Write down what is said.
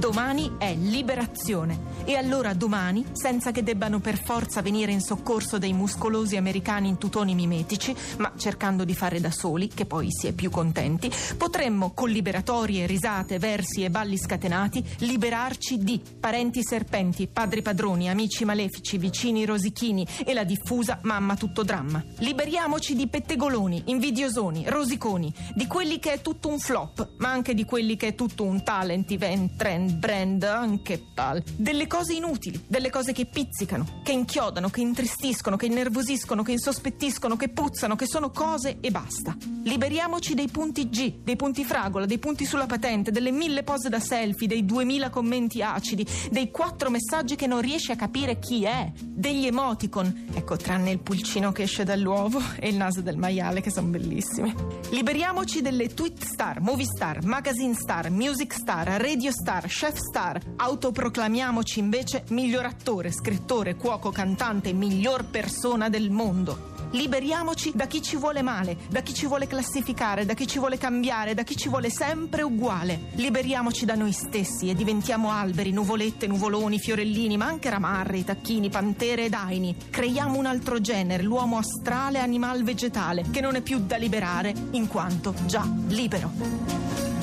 Domani è liberazione. E allora domani, senza che debbano per forza venire in soccorso dei muscolosi americani in tutoni mimetici, ma cercando di fare da soli, che poi si è più contenti, potremmo, con liberatorie, risate, versi e balli scatenati, liberarci di parenti serpenti, padri padroni, amici malefici, vicini rosichini e la diffusa mamma tutto dramma. Liberiamoci di pettegoloni, invidiosoni, rosiconi, di quelli che è tutto un flop, ma anche di quelli che è tutto un talent, event, trend, brand, anche pal. Delle cose inutili, delle cose che pizzicano, che inchiodano, che intristiscono, che innervosiscono, che insospettiscono, che puzzano, che sono cose e basta. Liberiamoci dei punti G, dei punti fragola, dei punti sulla patente, delle 1000 pose da selfie, dei 2000 commenti acidi, dei 4 messaggi che non riesci a capire chi è, degli emoticon, ecco, tranne il pulcino che esce dall'uovo e il naso del maiale, che sono bellissimi. Liberiamoci delle tweet star, movie star, magazine star, music star, radio star, chef star. Autoproclamiamoci invece miglior attore, scrittore, cuoco, cantante, miglior persona del mondo. Liberiamoci da chi ci vuole male, da chi ci vuole classificare, da chi ci vuole cambiare, da chi ci vuole sempre uguale. Liberiamoci da noi stessi e diventiamo alberi, nuvolette, nuvoloni, fiorellini, ma anche ramarri, tacchini, pantere e daini. Creiamo un altro genere, l'uomo astrale, animal vegetale, che non è più da liberare in quanto già libero.